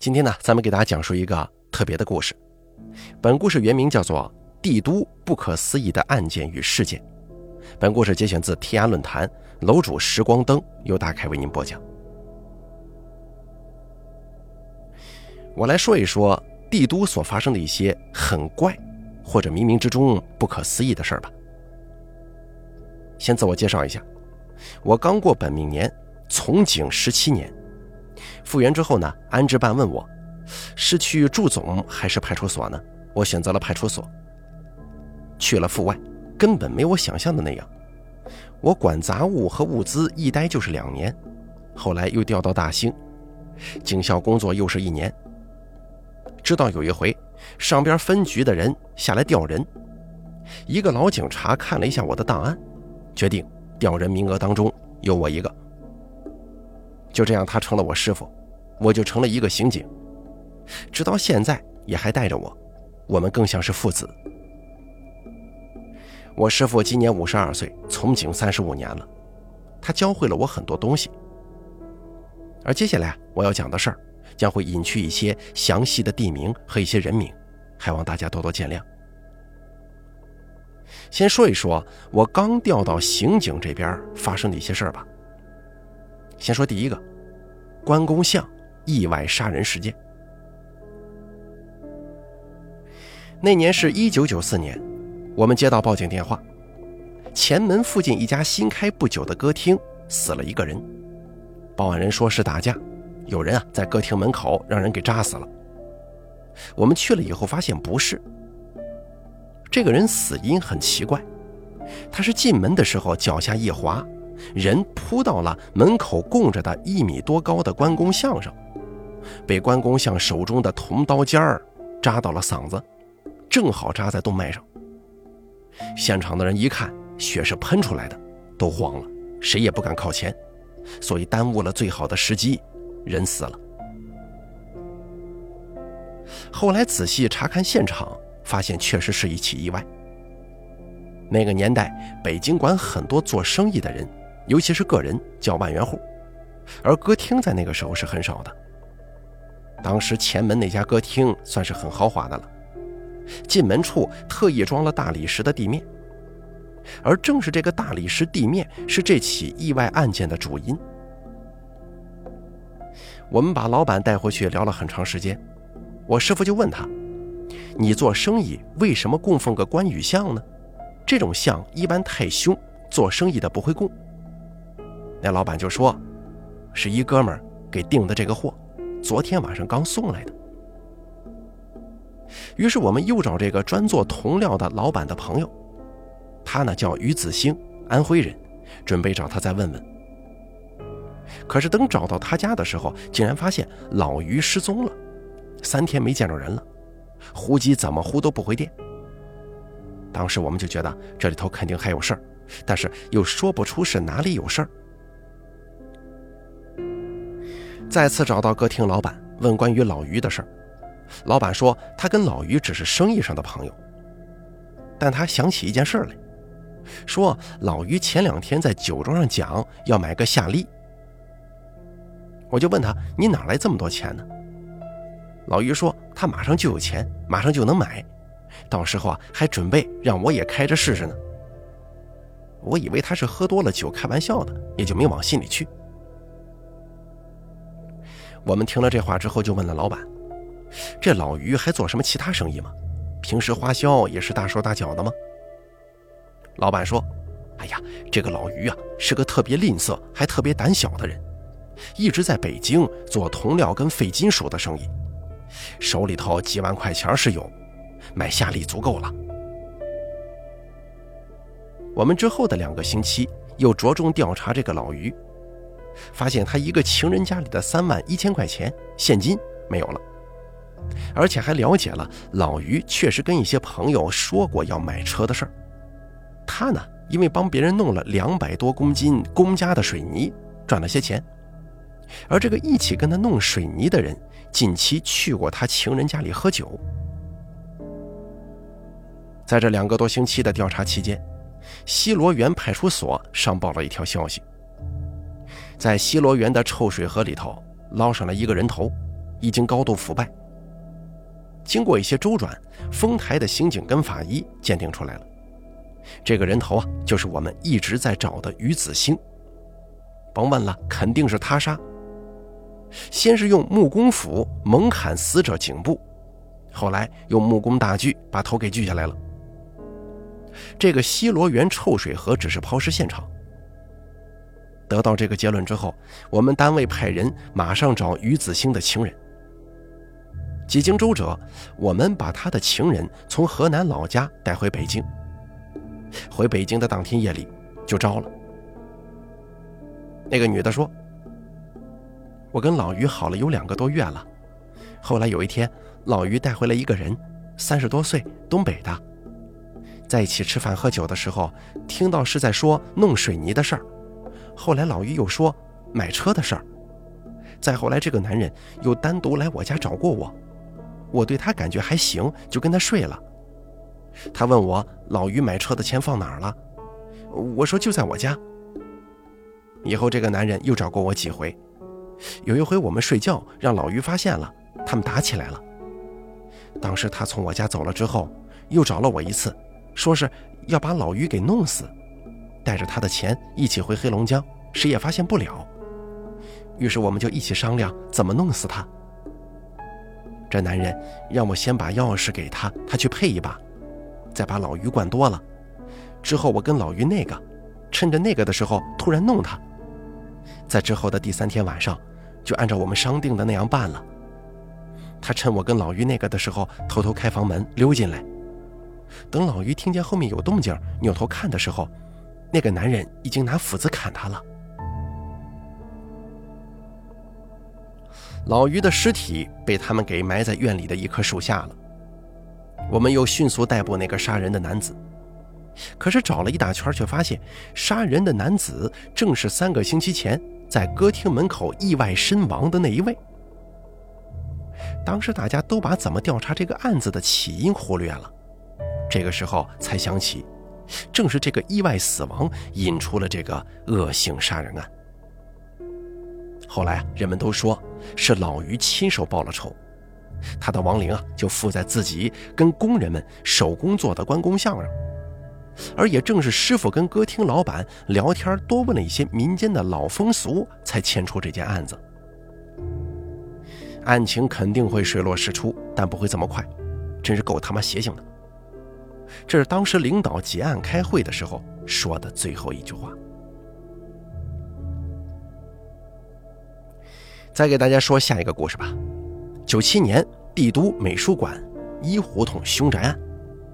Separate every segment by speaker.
Speaker 1: 今天呢，咱们给大家讲述一个特别的故事。本故事原名叫做《帝都不可思议的案件与事件》。本故事节选自天涯论坛，楼主时光灯由大凯为您播讲。我来说一说帝都所发生的一些很怪或者冥冥之中不可思议的事儿吧。先自我介绍一下，我刚过本命年，从警17年。复员之后呢，安置办问我是去驻总还是派出所呢？我选择了派出所。去了阜外，根本没我想象的那样。我管杂物和物资一待就是2年，后来又调到大兴，警校工作又是1年。直到有一回，上边分局的人下来调人，一个老警察看了一下我的档案，决定调人名额当中有我一个。就这样，他成了我师傅，我就成了一个刑警，直到现在也还带着我，我们更像是父子。我师傅今年52岁，从警35年了，他教会了我很多东西。而接下来我要讲的事儿，将会隐去一些详细的地名和一些人名，还望大家多多见谅。先说一说我刚调到刑警这边发生的一些事儿吧。先说第一个，关公像意外杀人事件。那年是1994年，我们接到报警电话，前门附近一家新开不久的歌厅死了一个人。报案人说是打架，有人在歌厅门口让人给扎死了。我们去了以后发现不是，这个人死因很奇怪，他是进门的时候脚下一滑，人扑到了门口供着的1米多高的关公像上，被关公像手中的铜刀尖扎到了嗓子，正好扎在动脉上。现场的人一看血是喷出来的，都慌了，谁也不敢靠前，所以耽误了最好的时机，人死了。后来仔细查看现场，发现确实是一起意外。那个年代北京管很多做生意的人，尤其是个人叫万元户，而歌厅在那个时候是很少的。当时前门那家歌厅算是很豪华的了，进门处特意装了大理石的地面，而正是这个大理石地面是这起意外案件的主因。我们把老板带回去聊了很长时间，我师傅就问他，你做生意为什么供奉个关羽像呢？这种像一般太凶，做生意的不会供。那老板就说，是一哥们儿给订的这个货，昨天晚上刚送来的。于是我们又找这个专做铜料的老板的朋友，他呢叫于子兴，安徽人，准备找他再问问。可是等找到他家的时候，竟然发现老于失踪了，3天没见着人了，呼机怎么呼都不回电。当时我们就觉得这里头肯定还有事儿，但是又说不出是哪里有事儿。再次找到歌厅老板，问关于老于的事儿。老板说他跟老于只是生意上的朋友，但他想起一件事来，说老于前2天在酒桌上讲要买个夏利。我就问他，你哪来这么多钱呢？老于说他马上就有钱，马上就能买，到时候还准备让我也开着试试呢。我以为他是喝多了酒开玩笑的，也就没往心里去。我们听了这话之后就问了老板，这老于还做什么其他生意吗？平时花销也是大手大脚的吗？老板说，哎呀，这个老于是个特别吝啬还特别胆小的人，一直在北京做铜料跟废金属的生意，手里头几万块钱是有，买夏利足够了。我们之后的2个星期又着重调查这个老于，发现他一个情人家里的31000块钱现金没有了，而且还了解了老于确实跟一些朋友说过要买车的事儿。他呢，因为帮别人弄了200多公斤公家的水泥，赚了些钱。而这个一起跟他弄水泥的人，近期去过他情人家里喝酒。在这2个多星期的调查期间，西罗园派出所上报了一条消息，在西罗园的臭水河里头捞上了一个人头， 已经高度腐败。经过一些周转，丰台的刑警跟法医鉴定出来了，这个人头啊，就是我们一直在找的于子兴。甭问了，肯定是他杀。先是用木工斧猛砍死者颈部，后来用木工大锯把头给锯下来了。这个西罗园臭水河只是抛尸现场。得到这个结论之后，我们单位派人马上找于子兴的情人。几经周折，我们把他的情人从河南老家带回北京。回北京的当天夜里就招了。那个女的说，我跟老于好了有2个多月了，后来有一天老于带回来一个人，30多岁，东北的，在一起吃饭喝酒的时候，听到是在说弄水泥的事儿，后来老于又说买车的事儿，再后来这个男人又单独来我家找过我，我对他感觉还行，就跟他睡了。他问我老于买车的钱放哪儿了，我说就在我家。以后这个男人又找过我几回，有一回我们睡觉让老于发现了，他们打起来了。当时他从我家走了之后，又找了我一次，说是要把老于给弄死，带着他的钱一起回黑龙江，谁也发现不了。于是我们就一起商量怎么弄死他。这男人让我先把钥匙给他，他去配一把，再把老于灌多了，之后我跟老于趁着那个的时候突然弄他，在之后的第3天晚上就按照我们商定的那样办了。他趁我跟老于的时候偷偷开房门溜进来，等老于听见后面有动静扭头看的时候，那个男人已经拿斧子砍他了。老于的尸体被他们给埋在院里的一棵树下了。我们又迅速逮捕那个杀人的男子，可是找了一大圈，却发现杀人的男子正是3个星期前在歌厅门口意外身亡的那一位。当时大家都把怎么调查这个案子的起因忽略了，这个时候才想起，正是这个意外死亡引出了这个恶性杀人案。后来人们都说是老于亲手报了仇，他的亡灵就附在自己跟工人们手工做的关公像上。而也正是师傅跟歌厅老板聊天多问了一些民间的老风俗，才牵出这件案子。案情肯定会水落石出，但不会这么快，真是够他妈邪性的。这是当时领导结案开会的时候说的最后一句话。再给大家说下一个故事吧。97年帝都美术馆一胡同凶宅案。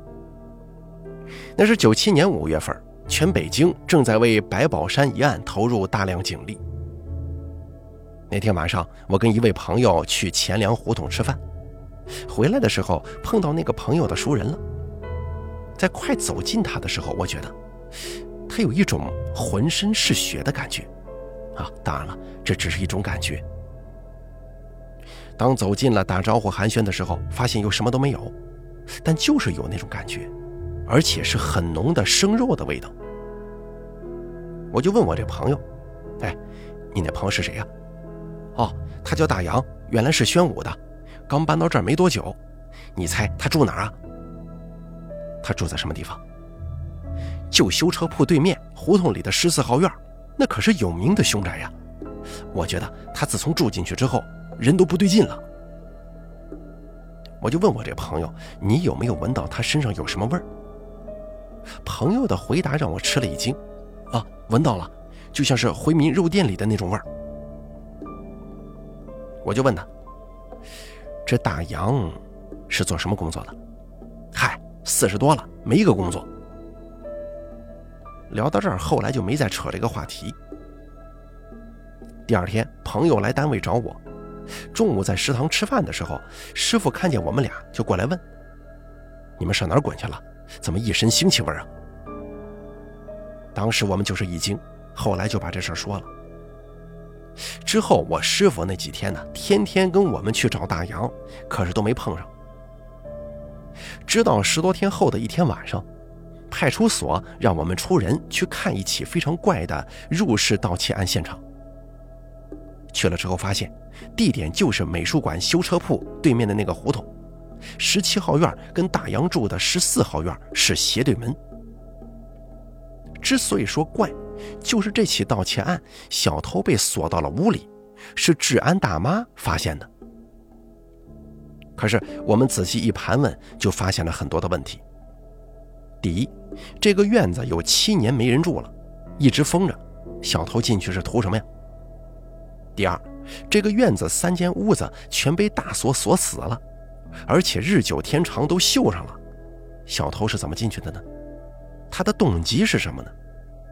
Speaker 1: 那是97年5月份，全北京正在为白宝山一案投入大量警力。那天晚上，我跟一位朋友去钱粮胡同吃饭，回来的时候碰到那个朋友的熟人了。在快走近他的时候，我觉得他有一种浑身是血的感觉当然了，这只是一种感觉。当走近了打招呼寒暄的时候，发现又什么都没有，但就是有那种感觉，而且是很浓的生肉的味道。我就问我这朋友，你那朋友是谁呀？他叫大杨，原来是宣武的，刚搬到这儿没多久，你猜他住哪儿啊？他住在什么地方？旧修车铺对面胡同里的14号院，那可是有名的凶宅呀。我觉得他自从住进去之后，人都不对劲了。我就问我这朋友，你有没有闻到他身上有什么味儿？朋友的回答让我吃了一惊，闻到了，就像是回民肉店里的那种味儿。我就问他，这大杨是做什么工作的？40多了，没一个工作。聊到这儿，后来就没再扯这个话题。第2天，朋友来单位找我，中午在食堂吃饭的时候，师傅看见我们俩就过来问，你们上哪儿滚去了？怎么一身腥气味啊？当时我们就是一惊，后来就把这事儿说了。之后我师傅那几天呢，天天跟我们去找大杨，可是都没碰上。直到10多天后的一天晚上，派出所让我们出人去看一起非常怪的入室盗窃案现场。 去了之后发现地点就是美术馆修车铺对面的那个胡同，17号院跟大洋住的14号院是斜对门。之所以说怪，就是这起盗窃案小偷被锁到了屋里，是治安大妈发现的。可是我们仔细一盘问，就发现了很多的问题。第一，这个院子有7年没人住了，一直封着，小偷进去是图什么呀？第二，这个院子3间屋子全被大锁锁死了，而且日久天长都锈上了，小偷是怎么进去的呢？他的动机是什么呢？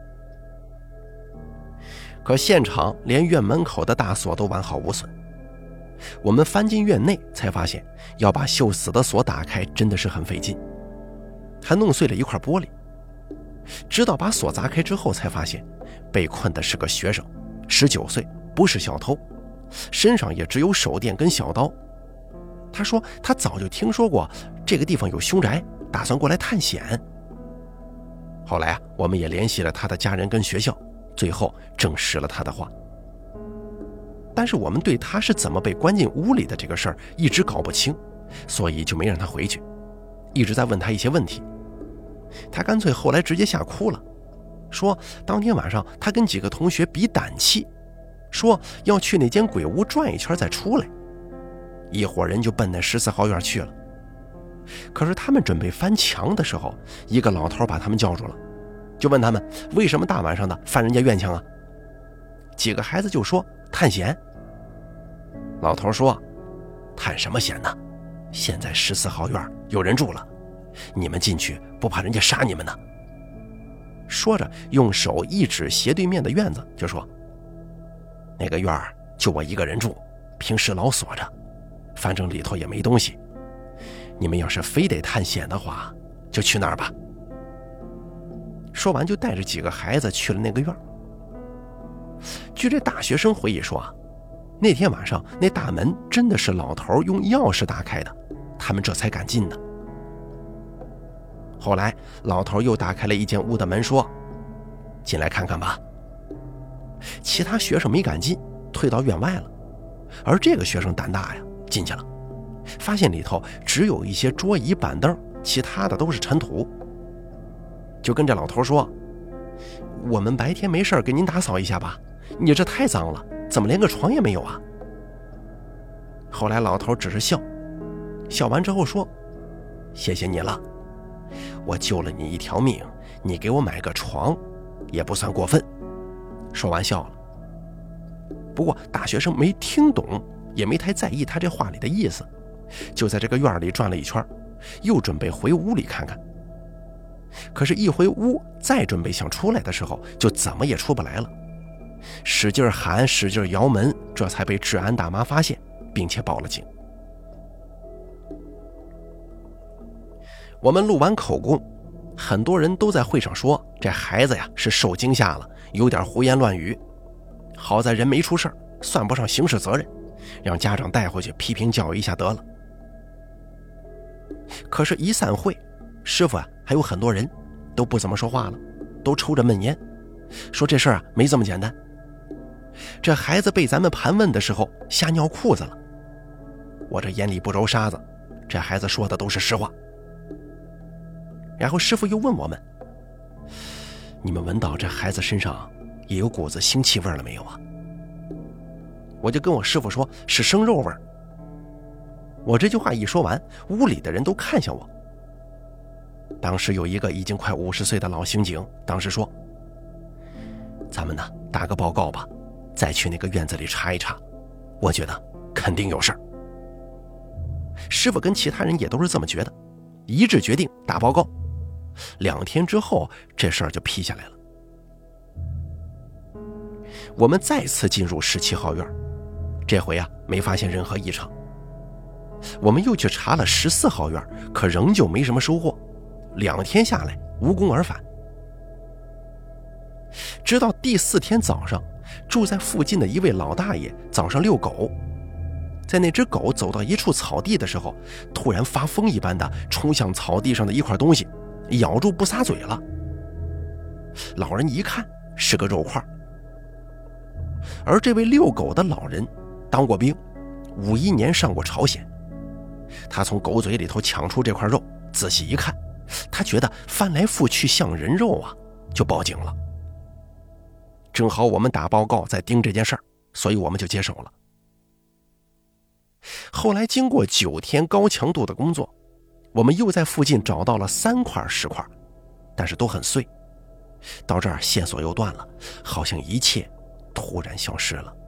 Speaker 1: 可现场连院门口的大锁都完好无损，我们翻进院内才发现，要把锈死的锁打开真的是很费劲，还弄碎了一块玻璃。直到把锁砸开之后，才发现被困的是个学生，19岁，不是小偷，身上也只有手电跟小刀。他说他早就听说过这个地方有凶宅，打算过来探险。后来我们也联系了他的家人跟学校，最后证实了他的话。但是我们对他是怎么被关进屋里的这个事儿一直搞不清，所以就没让他回去，一直在问他一些问题。他干脆后来直接吓哭了，说当天晚上他跟几个同学比胆气，说要去那间鬼屋转一圈再出来，一伙人就奔那14号院去了。可是他们准备翻墙的时候，一个老头把他们叫住了，就问他们为什么大晚上的翻人家院墙啊？几个孩子就说探险。老头说探什么险呢？现在14号院有人住了，你们进去不怕人家杀你们呢？说着用手一指斜对面的院子，就说那个院就我一个人住，平时老锁着，反正里头也没东西，你们要是非得探险的话就去那儿吧。说完就带着几个孩子去了那个院。据这大学生回忆说那天晚上那大门真的是老头用钥匙打开的，他们这才敢进的。后来老头又打开了一间屋的门，说进来看看吧。其他学生没敢进，退到院外了，而这个学生胆大呀，进去了，发现里头只有一些桌椅板凳，其他的都是尘土，就跟这老头说我们白天没事给您打扫一下吧，你这太脏了，怎么连个床也没有啊？后来老头只是笑，笑完之后说谢谢你了，我救了你一条命，你给我买个床也不算过分。说完笑了。不过大学生没听懂，也没太在意他这话里的意思，就在这个院里转了一圈，又准备回屋里看看。可是一回屋再准备想出来的时候，就怎么也出不来了，使劲喊使劲摇门，这才被治安大妈发现，并且报了警。我们录完口供，很多人都在会上说这孩子呀是受惊吓了，有点胡言乱语，好在人没出事，算不上刑事责任，让家长带回去批评教育一下得了。可是一散会，师傅还有很多人都不怎么说话了，都抽着闷烟，说这事儿没这么简单。这孩子被咱们盘问的时候吓尿裤子了，我这眼里不揉沙子，这孩子说的都是实话。然后师傅又问我们，你们闻到这孩子身上也有股子腥气味了没有啊？我就跟我师傅说是生肉味。我这句话一说完，屋里的人都看向我。当时有一个已经快50岁的老刑警，当时说咱们呢打个报告吧，再去那个院子里查一查，我觉得肯定有事儿。师傅跟其他人也都是这么觉得，一致决定打报告。2天之后这事儿就批下来了。我们再次进入17号院，这回没发现任何异常。我们又去查了14号院，可仍旧没什么收获，2天下来无功而返。直到第4天早上，住在附近的一位老大爷早上遛狗，在那只狗走到一处草地的时候，突然发疯一般的冲向草地上的一块东西，咬住不撒嘴了。老人一看是个肉块， 而这位遛狗的老人当过兵，51年上过朝鲜。他从狗嘴里头抢出这块肉，仔细一看，他觉得翻来覆去像人肉啊，就报警了。正好我们打报告在盯这件事儿，所以我们就接手了。后来经过9天高强度的工作，我们又在附近找到了3块石块，但是都很碎。到这儿线索又断了，好像一切突然消失了。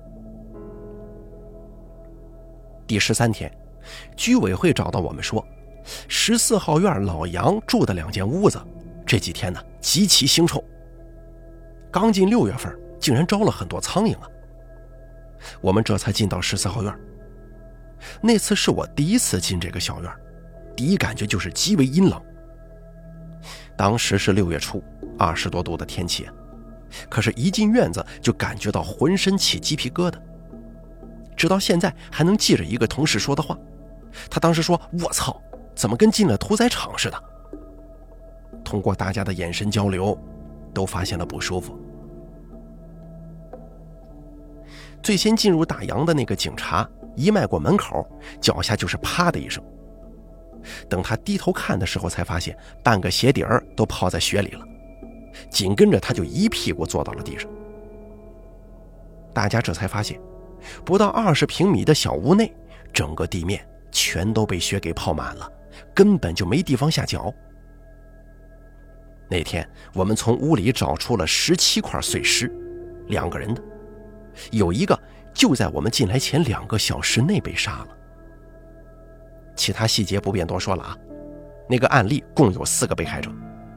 Speaker 1: 第13天，居委会找到我们说，14号院老杨住的2间屋子这几天呢极其腥臭，刚进6月份竟然招了很多苍蝇啊。我们这才进到14号院。那次是我第一次进这个小院，第一感觉就是极为阴冷。当时是6月初，20多度的天气，可是一进院子就感觉到浑身起鸡皮疙瘩。直到现在还能记着一个同事说的话，他当时说：“我操，怎么跟进了屠宰场似的？”通过大家的眼神交流，都发现了不舒服。最先进入大洋的那个警察一迈过门口，脚下就是啪的一声。等他低头看的时候，才发现半个鞋底儿都泡在雪里了，紧跟着他就一屁股坐到了地上。大家这才发现，不到20平米的小屋内，整个地面全都被雪给泡满了，根本就没地方下脚。那天我们从屋里找出了17块碎尸，2个人的，有一个就在我们进来前2个小时内被杀了。其他细节不便多说了啊。那个案例共有4个被害者。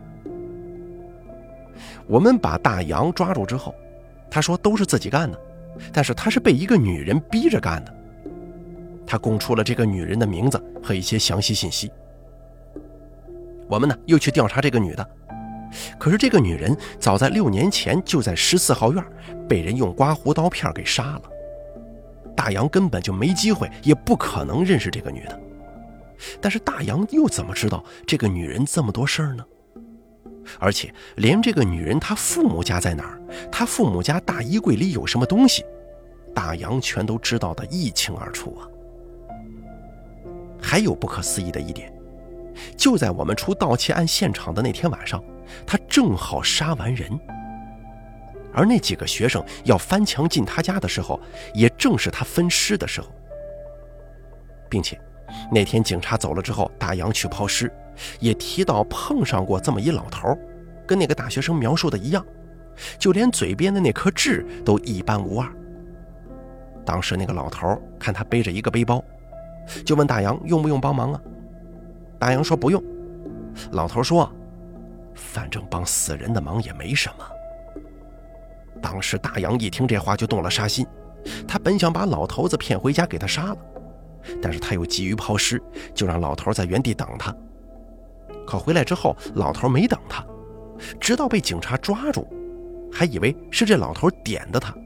Speaker 1: 我们把大杨抓住之后，他说都是自己干的，但是他是被一个女人逼着干的。他供出了这个女人的名字和一些详细信息。我们呢又去调查这个女的，可是这个女人早在6年前就在14号院被人用刮胡刀片给杀了。大杨根本就没机会，也不可能认识这个女的。但是大杨又怎么知道这个女人这么多事儿呢？而且连这个女人她父母家在哪儿，她父母家大衣柜里有什么东西，大杨全都知道的一清二楚啊。还有不可思议的一点，就在我们出盗窃案现场的那天晚上，他正好杀完人，而那几个学生要翻墙进他家的时候，也正是他分尸的时候。并且那天警察走了之后，大杨去抛尸，也提到碰上过这么一老头，跟那个大学生描述的一样，就连嘴边的那颗痣都一般无二。当时那个老头看他背着一个背包，就问大杨用不用帮忙啊？大杨说不用。老头说，反正帮死人的忙也没什么。当时大杨一听这话就动了杀心，他本想把老头子骗回家给他杀了，但是他又急于抛尸，就让老头在原地等他。可回来之后，老头没等他，直到被警察抓住，还以为是这老头点的他。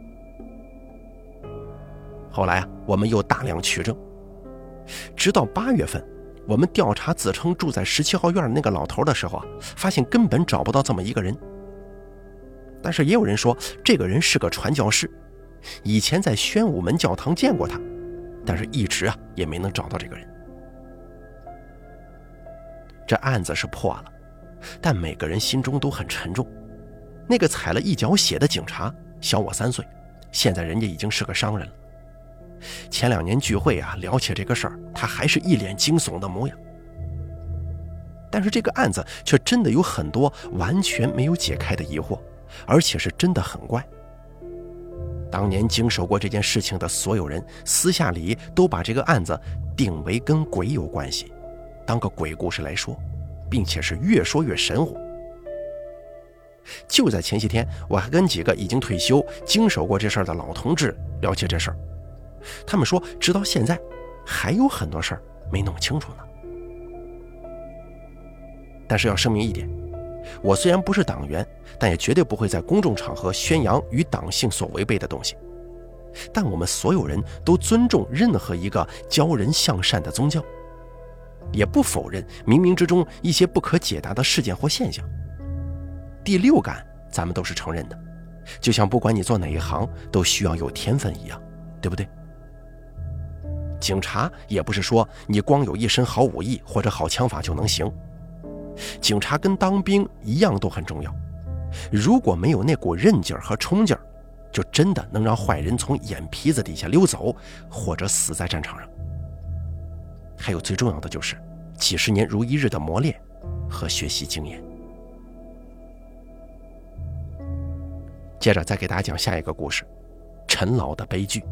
Speaker 1: 后来啊，我们又大量取证，直到8月份，我们调查自称住在17号院的那个老头的时候啊，发现根本找不到这么一个人。但是也有人说这个人是个传教士，以前在宣武门教堂见过他，但是一直啊也没能找到这个人。这案子是破了，但每个人心中都很沉重。那个踩了一脚血的警察小我3岁，现在人家已经是个商人了。前2年聚会啊，聊起这个事儿，他还是一脸惊悚的模样。但是这个案子却真的有很多完全没有解开的疑惑，而且是真的很怪。当年经手过这件事情的所有人，私下里都把这个案子定为跟鬼有关系，当个鬼故事来说，并且是越说越神乎。就在前些天，我还跟几个已经退休、经手过这事儿的老同志聊起这事儿，他们说直到现在还有很多事儿没弄清楚呢。但是要声明一点，我虽然不是党员，但也绝对不会在公众场合宣扬与党性所违背的东西。但我们所有人都尊重任何一个教人向善的宗教，也不否认冥冥之中一些不可解答的事件或现象。第六感咱们都是承认的， 就像不管你做哪一行都需要有天分一样，对不对？警察也不是说你光有一身好武艺或者好枪法就能行，警察跟当兵一样都很重要，如果没有那股韧劲儿和冲劲儿，就真的能让坏人从眼皮子底下溜走，或者死在战场上。还有最重要的就是几十年如一日的磨练和学习经验。接着再给大家讲下一个故事，陈老的悲剧。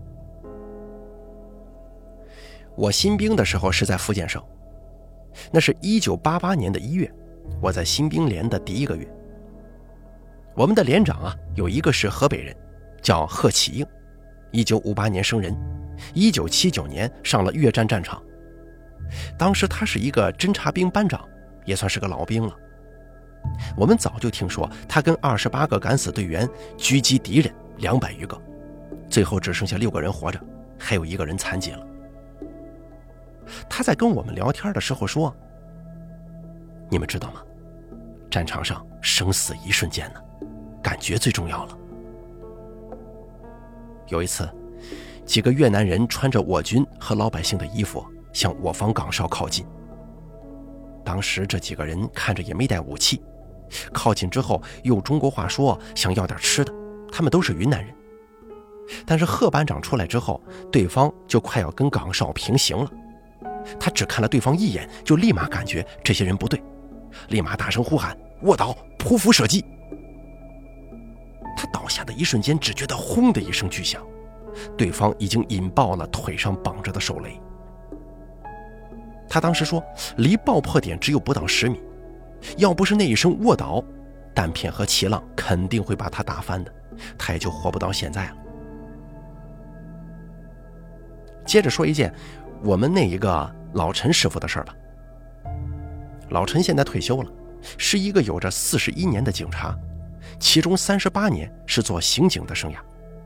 Speaker 1: 我新兵的时候是在福建省，那是1988年的1月，我在新兵连的第1个月。我们的连长有一个是河北人，叫贺启应，1958年生人，1979年上了越战战场。当时他是一个侦察兵班长，也算是个老兵了。我们早就听说他跟28个敢死队员狙击敌人200余个，最后只剩下6个人活着，还有1个人残疾了。他在跟我们聊天的时候说，你们知道吗？战场上生死一瞬间呢，感觉最重要了。有一次，几个越南人穿着我军和老百姓的衣服向我方岗哨靠近。当时这几个人看着也没带武器，靠近之后用中国话说想要点吃的，他们都是云南人。但是贺班长出来之后，对方就快要跟岗哨平行了，他只看了对方一眼，就立马感觉这些人不对，立马大声呼喊卧倒，匍匐射击。他倒下的一瞬间，只觉得轰的一声巨响，对方已经引爆了腿上绑着的手雷。他当时说离爆破点只有不到10米，要不是那一声卧倒，弹片和气浪肯定会把他打翻的，他也就活不到现在了。接着说一件我们那一个老陈师傅的事儿吧。老陈现在退休了，是一个有着41年的警察，其中38年是做刑警的生涯。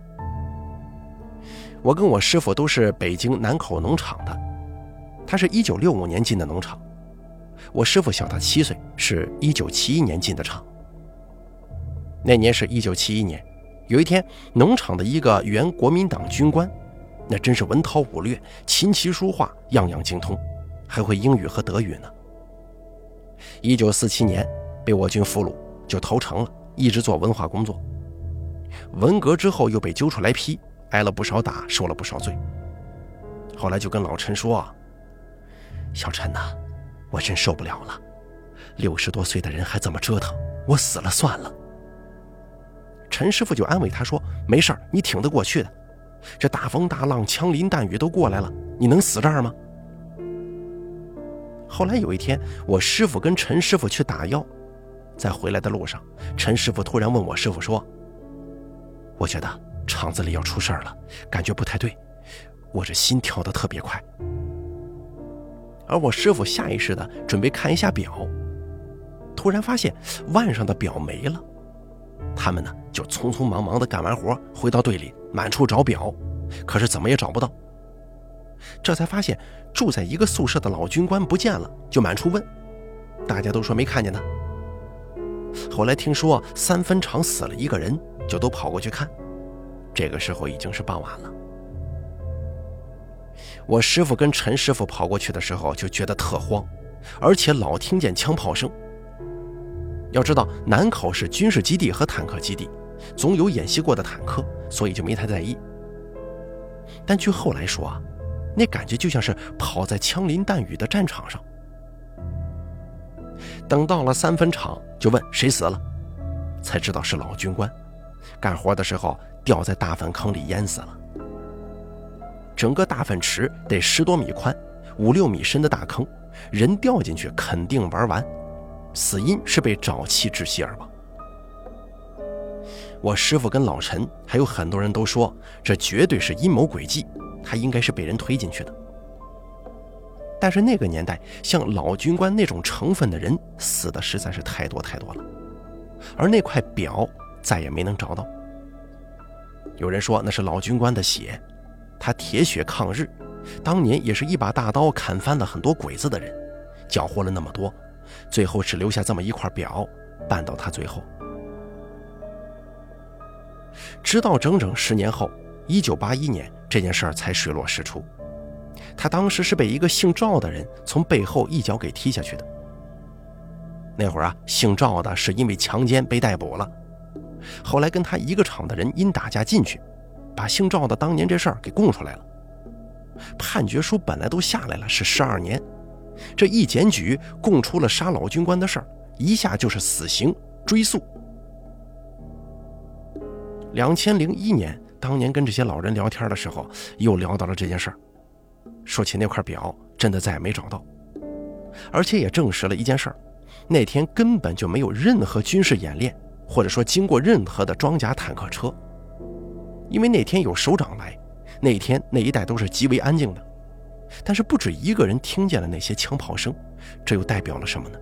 Speaker 1: 我跟我师傅都是北京南口农场的，他是1965年进的农场，我师傅小他7岁，是1971年进的厂。那年是1971年，有一天农场的一个原国民党军官，那真是文韬武略，琴棋书画样样精通，还会英语和德语呢。1947年被我军俘虏，就投诚了，一直做文化工作。文革之后又被揪出来批，挨了不少打，受了不少罪。后来就跟老陈说，小陈呐，我真受不了了，60多岁的人还这么折腾，我死了算了。陈师傅就安慰他说，没事儿，你挺得过去的，这大风大浪枪林弹雨都过来了，你能死这儿吗？后来有一天，我师傅跟陈师傅去打药，在回来的路上，陈师傅突然问我师傅说，我觉得厂子里要出事儿了，感觉不太对，我这心跳得特别快。而我师傅下意识的准备看一下表，突然发现腕上的表没了。他们呢就匆匆忙忙的干完活，回到队里满处找表，可是怎么也找不到。这才发现住在一个宿舍的老军官不见了，就满处问，大家都说没看见他。后来听说3分厂死了1个人，就都跑过去看，这个时候已经是傍晚了。我师傅跟陈师傅跑过去的时候就觉得特慌，而且老听见枪炮声。要知道南口是军事基地和坦克基地，总有演习过的坦克，所以就没太在意。但据后来说那感觉就像是跑在枪林弹雨的战场上。等到了3分厂，就问谁死了，才知道是老军官，干活的时候掉在大粪坑里淹死了。整个大粪池得10多米宽，5、6米深的大坑，人掉进去肯定玩完，死因是被沼气窒息而亡。我师傅跟老陈还有很多人都说，这绝对是阴谋诡计，他应该是被人推进去的。但是那个年代像老军官那种成分的人死的实在是太多太多了，而那块表再也没能找到。有人说那是老军官的血，他铁血抗日，当年也是一把大刀砍翻了很多鬼子的人，缴获了那么多，最后只留下这么一块表，办到他最后。 直到整整10年后，1981年，这件事儿才水落石出。他当时是被一个姓赵的人从背后一脚给踢下去的。那会儿啊，姓赵的是因为强奸被逮捕了，后来跟他一个厂的人因打架进去，把姓赵的当年这事儿给供出来了。判决书本来都下来了，是12年，这一检举供出了杀老军官的事儿，一下就是死刑追诉。2001年，当年跟这些老人聊天的时候，又聊到了这件事儿，说起那块表真的再也没找到，而且也证实了一件事儿，那天根本就没有任何军事演练，或者说经过任何的装甲坦克车，因为那天有首长来，那天那一带都是极为安静的，但是不止一个人听见了那些枪炮声，这又代表了什么呢？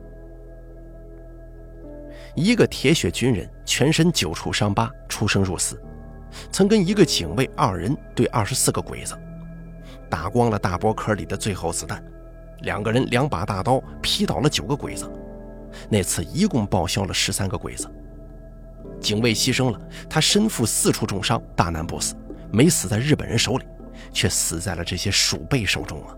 Speaker 1: 一个铁血军人全身9处伤疤，出生入死，曾跟一个警卫2人对24个鬼子，打光了大波壳里的最后子弹，2个人2把大刀劈倒了9个鬼子，那次一共报销了13个鬼子。警卫牺牲了，他身负4处重伤，大难不死，没死在日本人手里，却死在了这些鼠辈手中啊！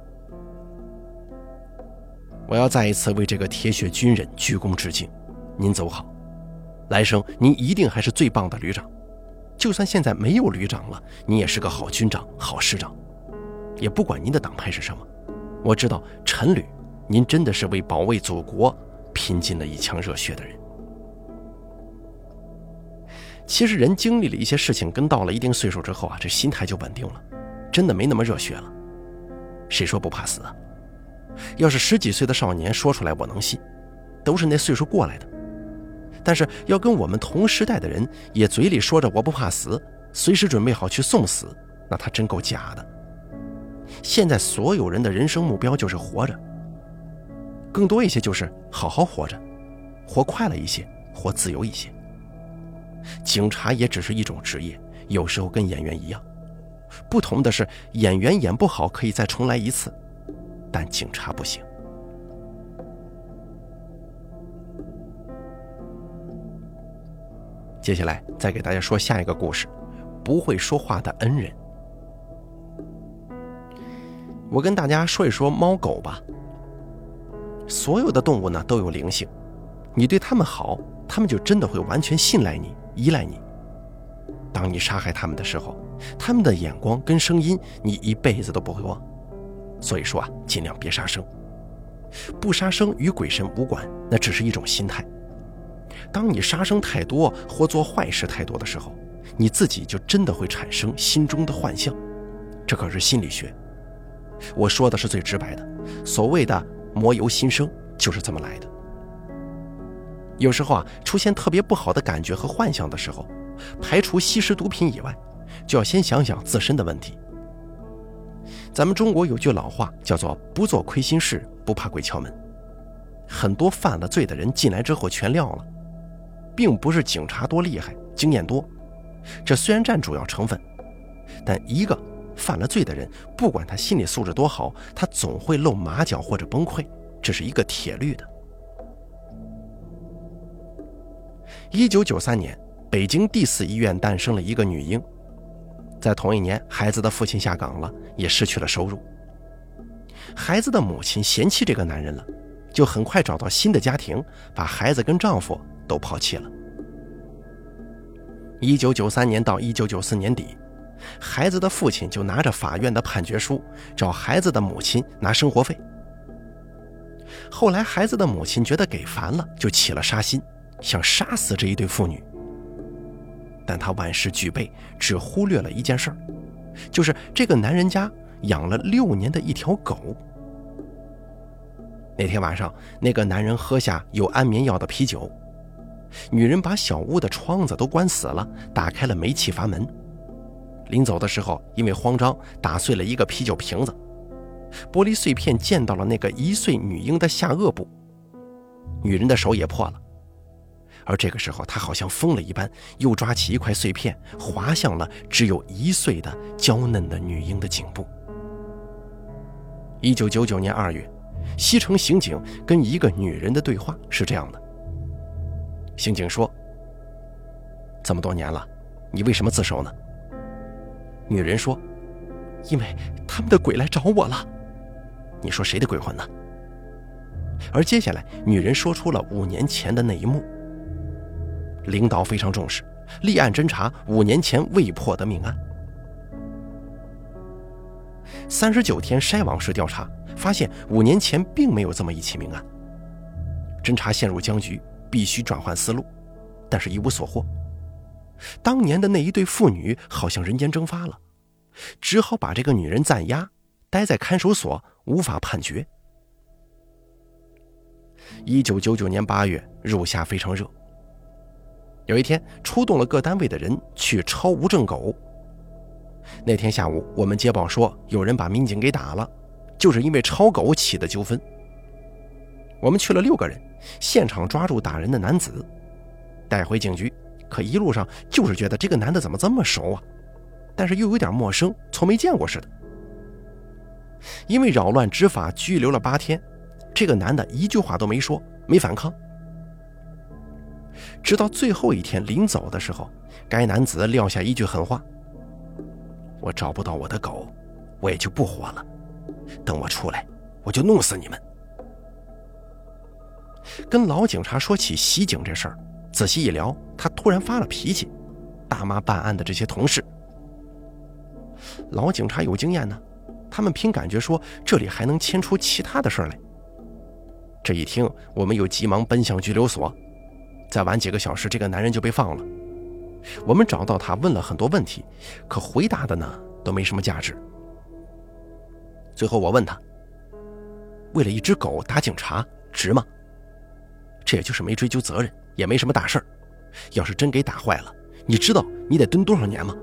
Speaker 1: 我要再一次为这个铁血军人鞠躬致敬，您走好，来生您一定还是最棒的旅长，就算现在没有旅长了，你也是个好军长、好师长，也不管您的党派是什么，我知道陈旅，您真的是为保卫祖国拼尽了一腔热血的人。其实人经历了一些事情，跟到了一定岁数之后啊，这心态就稳定了，真的没那么热血了。谁说不怕死啊？要是10几岁的少年说出来我能信，都是那岁数过来的。但是要跟我们同时代的人也嘴里说着我不怕死，随时准备好去送死，那他真够假的。现在所有人的人生目标就是活着，更多一些就是好好活着，活快乐一些，活自由一些。警察也只是一种职业，有时候跟演员一样，不同的是演员演不好可以再重来一次，但警察不行。接下来再给大家说下一个故事，不会说话的恩人。我跟大家说一说猫狗吧。所有的动物呢都有灵性，你对它们好，它们就真的会完全信赖你，依赖你。当你杀害它们的时候，它们的眼光跟声音你一辈子都不会忘。所以说啊，尽量别杀生。不杀生与鬼神无关，那只是一种心态。当你杀生太多或做坏事太多的时候，你自己就真的会产生心中的幻象，这可是心理学。我说的是最直白的，所谓的魔由心生就是这么来的。有时候啊，出现特别不好的感觉和幻象的时候，排除吸食毒品以外，就要先想想自身的问题。咱们中国有句老话叫做不做亏心事，不怕鬼敲门。很多犯了罪的人进来之后全撂了，并不是警察多厉害，经验多，这虽然占主要成分，但一个犯了罪的人，不管他心理素质多好，他总会露马脚或者崩溃，这是一个铁律的。1993年，北京第4医院诞生了一个女婴。在同一年，孩子的父亲下岗了，也失去了收入。孩子的母亲嫌弃这个男人了，就很快找到新的家庭，把孩子跟丈夫都抛弃了。1993年到1994年底，孩子的父亲就拿着法院的判决书找孩子的母亲拿生活费。后来孩子的母亲觉得给烦了，就起了杀心，想杀死这一对父女。但他万事俱备，只忽略了一件事儿，就是这个男人家养了6年的一条狗。那天晚上，那个男人喝下有安眠药的啤酒，女人把小屋的窗子都关死了，打开了煤气阀门。临走的时候，因为慌张，打碎了一个啤酒瓶子，玻璃碎片溅到了那个1岁女婴的下颚部，女人的手也破了。而这个时候，他好像疯了一般，又抓起一块碎片，划向了只有1岁的娇嫩的女婴的颈部。1999年2月，西城刑警跟一个女人的对话是这样的：刑警说，这么多年了， 你为什么自首呢？女人说，因为他们的鬼来找我了。你说谁的鬼魂呢？而接下来女人说出了5年前的那一幕。领导非常重视，立案侦查5年前未破的命案。39天筛网式调查发现5年前并没有这么一起命案。侦查陷入僵局，必须转换思路，但是一无所获。当年的那一对父女好像人间蒸发了，只好把这个女人暂押，待在看守所，无法判决。1999年8月，入夏非常热。有一天，出动了各单位的人去抄无证狗。那天下午，我们接报说有人把民警给打了，就是因为抄狗起的纠纷。我们去了6个人，现场抓住打人的男子，带回警局。可一路上就是觉得这个男的怎么这么熟啊，但是又有点陌生，从没见过似的。因为扰乱执法拘留了8天，这个男的一句话都没说，没反抗。直到最后一天临走的时候，该男子撂下一句狠话：我找不到我的狗，我也就不活了，等我出来我就弄死你们。跟老警察说起袭警这事儿，仔细一聊，他突然发了脾气，大骂办案的这些同事。老警察有经验呢，他们凭感觉说这里还能牵出其他的事来。这一听，我们又急忙奔向拘留所。再晚几个小时，这个男人就被放了。我们找到他，问了很多问题，可回答的呢都没什么价值。最后我问他，为了一只狗打警察值吗？这也就是没追究责任，也没什么大事儿。要是真给打坏了，你知道你得蹲多少年吗？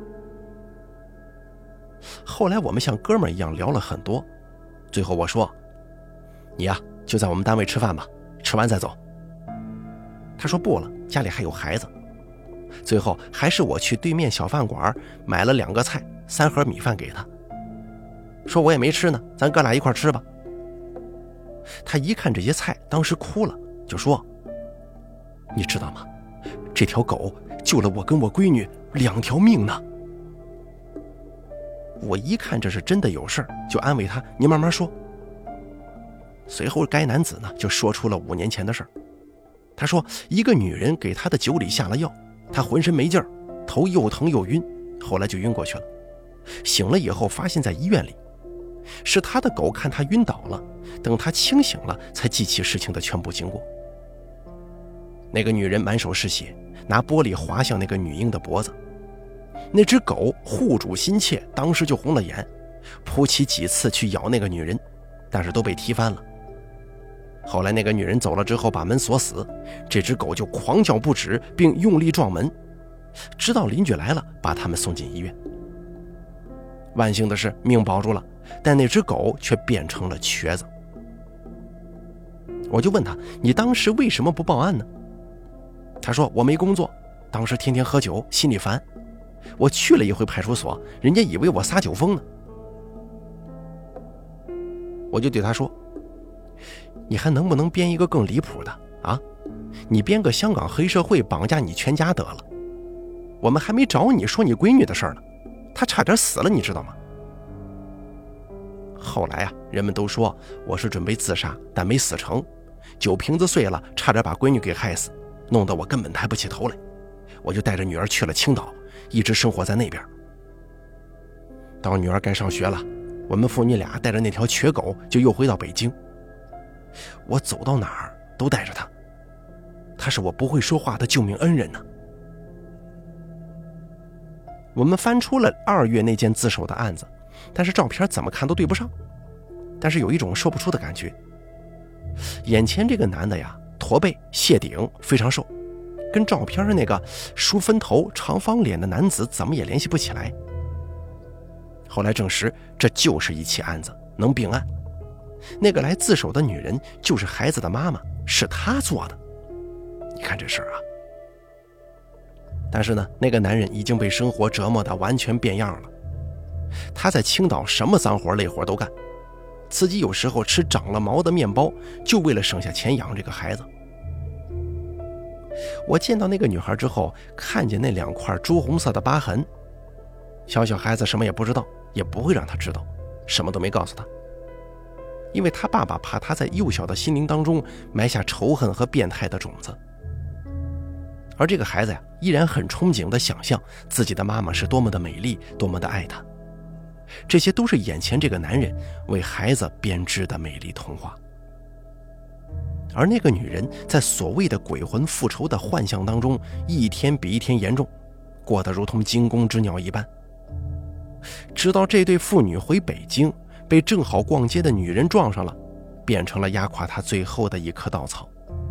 Speaker 1: 后来我们像哥们儿一样聊了很多，最后我说，你呀就在我们单位吃饭吧，吃完再走。他说不了，家里还有孩子。最后还是我去对面小饭馆买了2个菜3盒米饭给他，说我也没吃呢，咱哥俩一块吃吧。他一看这些菜，当时哭了，就说，你知道吗，这条狗救了我跟我闺女2条命呢。我一看这是真的有事儿，就安慰他，你慢慢说。随后该男子呢就说出了5年前的事儿。他说一个女人给他的酒里下了药，他浑身没劲儿，头又疼又晕，后来就晕过去了。醒了以后发现在医院里，是他的狗看他晕倒了，等他清醒了才记起事情的全部经过。那个女人满手是血，拿玻璃划向那个女婴的脖子。那只狗护主心切，当时就红了眼，扑起几次去咬那个女人，但是都被踢翻了。后来那个女人走了之后把门锁死，这只狗就狂叫不止，并用力撞门，直到邻居来了把他们送进医院。万幸的是命保住了，但那只狗却变成了瘸子。我就问他，你当时为什么不报案呢？他说我没工作，当时天天喝酒，心里烦，我去了一回派出所，人家以为我撒酒疯呢。我就对他说，你还能不能编一个更离谱的啊？你编个香港黑社会绑架你全家得了，我们还没找你说你闺女的事儿呢，她差点死了，你知道吗？后来啊，人们都说我是准备自杀，但没死成，酒瓶子碎了，差点把闺女给害死，弄得我根本抬不起头来。我就带着女儿去了青岛，一直生活在那边。到女儿该上学了，我们父女俩带着那条瘸狗就又回到北京。我走到哪儿都带着她，她是我不会说话的救命恩人呢。我们翻出了2月那件自首的案子，但是照片怎么看都对不上，但是有一种说不出的感觉。眼前这个男的呀，驼背谢顶，非常瘦，跟照片上那个梳分头长方脸的男子怎么也联系不起来。后来证实这就是一起案子，能并案。那个来自首的女人就是孩子的妈妈，是她做的。你看这事儿啊。但是呢，那个男人已经被生活折磨得完全变样了。他在青岛什么脏活累活都干，自己有时候吃长了毛的面包，就为了省下钱养这个孩子。 我见到那个女孩之后，看见那2块朱红色的疤痕，小孩子什么也不知道，也不会让她知道，什么都没告诉她，因为她爸爸怕她在幼小的心灵当中埋下仇恨和变态的种子。而这个孩子呀，依然很憧憬地想象自己的妈妈是多么的美丽，多么的爱她。这些都是眼前这个男人为孩子编织的美丽童话。而那个女人在所谓的鬼魂复仇的幻象当中，一天比一天严重，过得如同惊弓之鸟一般。直到这对父女回北京，被正好逛街的女人撞上了，变成了压垮她最后的一棵稻草。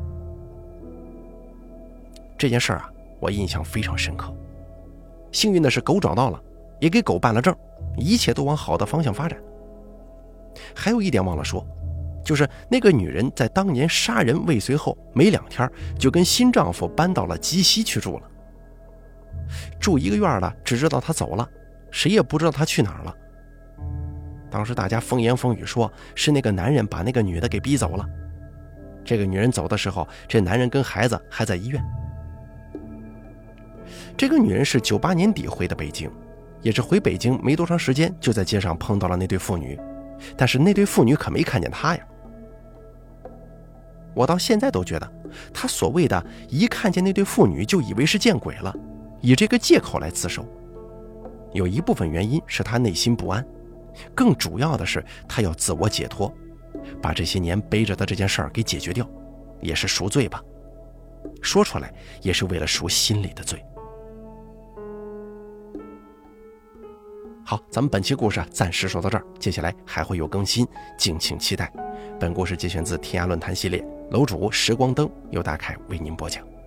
Speaker 1: 这件事啊，我印象非常深刻。幸运的是，狗找到了，也给狗办了证，一切都往好的方向发展。还有一点忘了说，就是那个女人在当年杀人未遂后没2天，就跟新丈夫搬到了鸡西去住了。住1个月了，只知道她走了，谁也不知道她去哪儿了。当时大家风言风语说是那个男人把那个女的给逼走了。这个女人走的时候，这男人跟孩子还在医院。这个女人是98年底回的北京，也是回北京没多长时间，就在街上碰到了那对父女，但是那对父女可没看见她呀。我到现在都觉得，她所谓的一看见那对父女就以为是见鬼了，以这个借口来自首。有一部分原因是她内心不安，更主要的是她要自我解脱，把这些年背着的这件事儿给解决掉，也是赎罪吧。说出来也是为了赎心里的罪。好，咱们本期故事暂时说到这儿，接下来还会有更新，敬请期待。本故事节选自天涯论坛系列，楼主时光灯由大凯为您播讲。